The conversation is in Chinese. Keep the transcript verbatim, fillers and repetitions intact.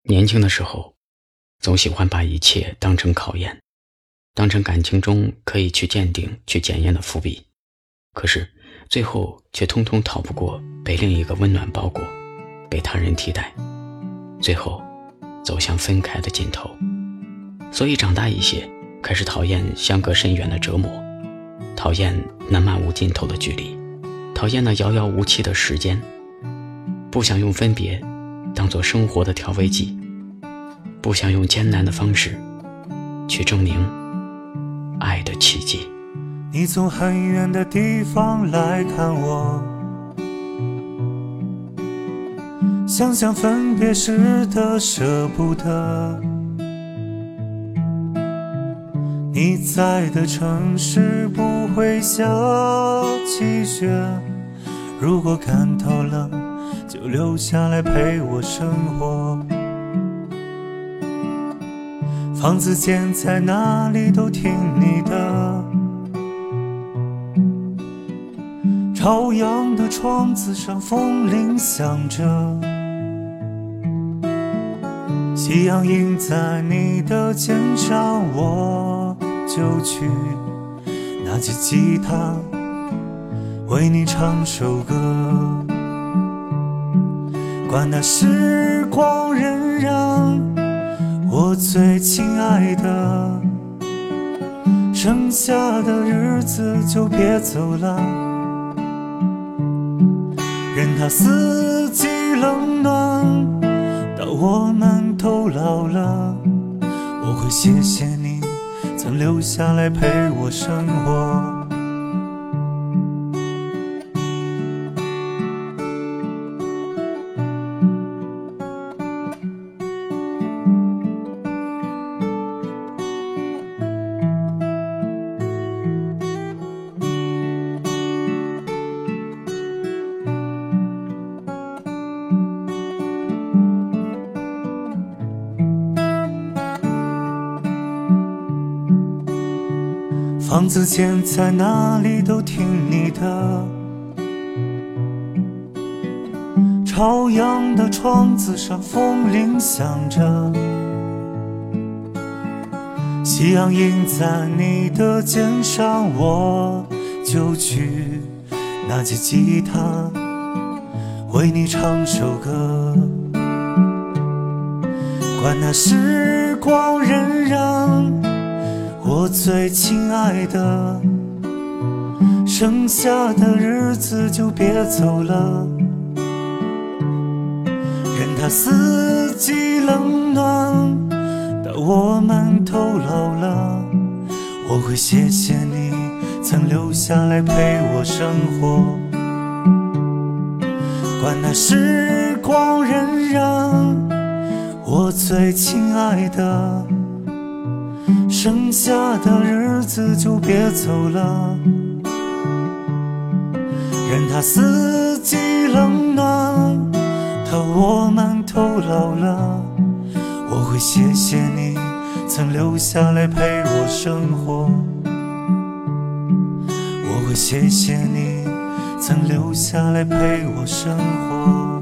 年轻的时候，总喜欢把一切当成考验，当成感情中可以去鉴定、去检验的伏笔。可是最后却通通逃不过被另一个温暖包裹，被他人替代，最后走向分开的尽头。所以长大一些，开始讨厌相隔甚远的折磨，讨厌那漫无尽头的距离，讨厌那遥遥无期的时间，不想用分别当作生活的调味剂，不想用艰难的方式去证明爱的奇迹。 你从很远的地方来看我，想想分别时的舍不得。你在的城市不会下起雪，如果感到冷就留下来陪我生活。房子建在哪里都听你的，朝阳的窗子上风铃响着，夕阳映在你的肩上，我就去拿起吉他为你唱首歌。管那时光荏苒，我最亲爱的，剩下的日子就别走了，任它四季冷暖，到我们都老了，我会谢谢你曾留下来陪我生活。房子建在哪里都听你的，朝阳的窗子上风铃响着，夕阳映在你的肩上，我就去拿起吉他为你唱首歌。管那时光荏苒，我最亲爱的，剩下的日子就别走了，任它四季冷暖，到我们都老了，我会谢谢你曾留下来陪我生活。管那时光荏苒，我最亲爱的，剩下的日子就别走了，任它四季冷暖，到我们都老了，我会谢谢你曾留下来陪我生活。我会谢谢你曾留下来陪我生活。